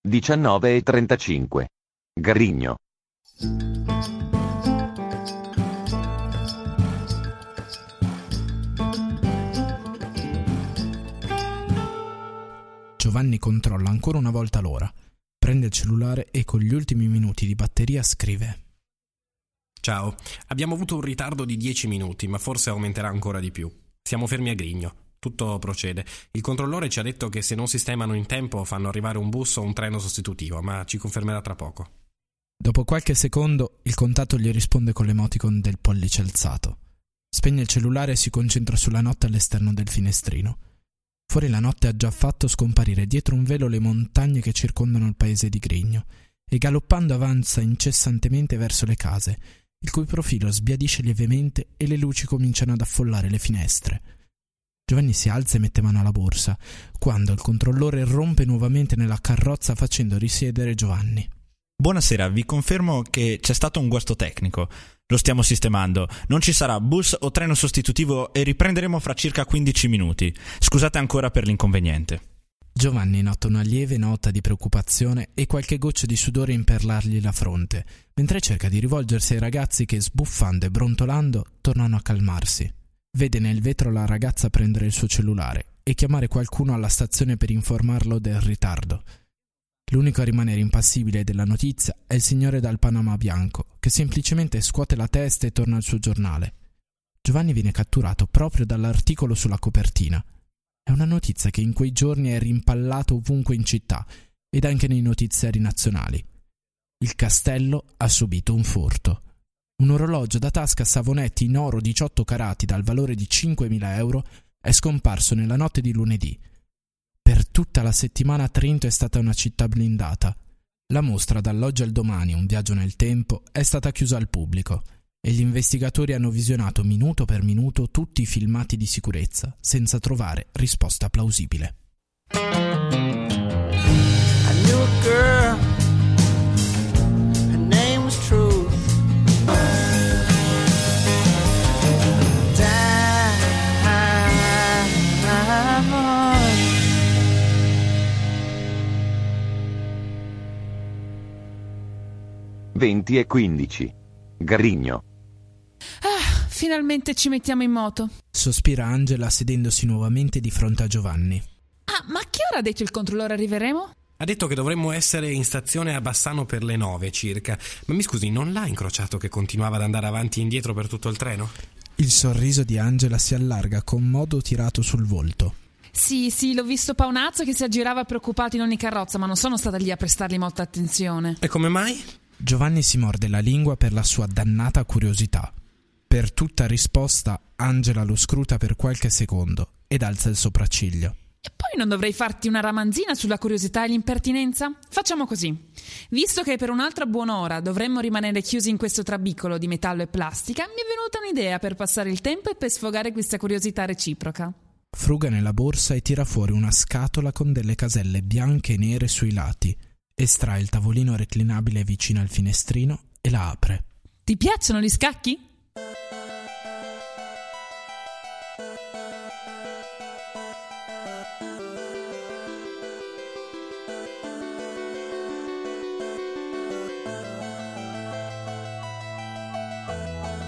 19:35. Grigno. Giovanni controlla ancora una volta l'ora, prende il cellulare e con gli ultimi minuti di batteria scrive: Ciao, abbiamo avuto un ritardo di 10 minuti, ma forse aumenterà ancora di più. Siamo fermi a Grigno. Tutto procede. Il controllore ci ha detto che se non sistemano in tempo fanno arrivare un bus o un treno sostitutivo, ma ci confermerà tra poco. Dopo qualche secondo il contatto gli risponde con l'emoticon del pollice alzato. Spegne il cellulare e si concentra sulla notte all'esterno del finestrino. Fuori la notte ha già fatto scomparire dietro un velo le montagne che circondano il paese di Grigno e galoppando avanza incessantemente verso le case, il cui profilo sbiadisce lievemente e le luci cominciano ad affollare le finestre. Giovanni si alza e mette mano alla borsa, quando il controllore rompe nuovamente nella carrozza facendo risiedere Giovanni. Buonasera, vi confermo che c'è stato un guasto tecnico. Lo stiamo sistemando. Non ci sarà bus o treno sostitutivo e riprenderemo fra circa 15 minuti. Scusate ancora per l'inconveniente. Giovanni nota una lieve nota di preoccupazione e qualche goccia di sudore imperlargli la fronte, mentre cerca di rivolgersi ai ragazzi che, sbuffando e brontolando, tornano a calmarsi. Vede nel vetro la ragazza prendere il suo cellulare e chiamare qualcuno alla stazione per informarlo del ritardo. L'unico a rimanere impassibile della notizia è il signore dal Panama bianco, che semplicemente scuote la testa e torna al suo giornale. Giovanni viene catturato proprio dall'articolo sulla copertina. È una notizia che in quei giorni è rimpallata ovunque in città ed anche nei notiziari nazionali. Il castello ha subito un furto. Un orologio da tasca Savonetti in oro 18 carati dal valore di 5.000 euro è scomparso nella notte di lunedì. Per tutta la settimana Trento è stata una città blindata. La mostra Dall'oggi al domani, un viaggio nel tempo, è stata chiusa al pubblico e gli investigatori hanno visionato minuto per minuto tutti i filmati di sicurezza senza trovare risposta plausibile. I knew a girl, her name was Truth. Venti e 15. Grigno. Finalmente ci mettiamo in moto. Sospira Angela sedendosi nuovamente di fronte a Giovanni. Ma che ora ha detto il controllore arriveremo? Ha detto che dovremmo essere in stazione a Bassano per le 9 circa. Ma mi scusi, non l'ha incrociato che continuava ad andare avanti e indietro per tutto il treno? Il sorriso di Angela si allarga con modo tirato sul volto. Sì, l'ho visto paonazzo che si aggirava preoccupato in ogni carrozza, ma non sono stata lì a prestargli molta attenzione. E come mai? Giovanni si morde la lingua per la sua dannata curiosità. Per tutta risposta, Angela lo scruta per qualche secondo ed alza il sopracciglio. E poi non dovrei farti una ramanzina sulla curiosità e l'impertinenza? Facciamo così. Visto che per un'altra buona ora dovremmo rimanere chiusi in questo trabicolo di metallo e plastica, mi è venuta un'idea per passare il tempo e per sfogare questa curiosità reciproca. Fruga nella borsa e tira fuori una scatola con delle caselle bianche e nere sui lati. Estrae il tavolino reclinabile vicino al finestrino e la apre. Ti piacciono gli scacchi?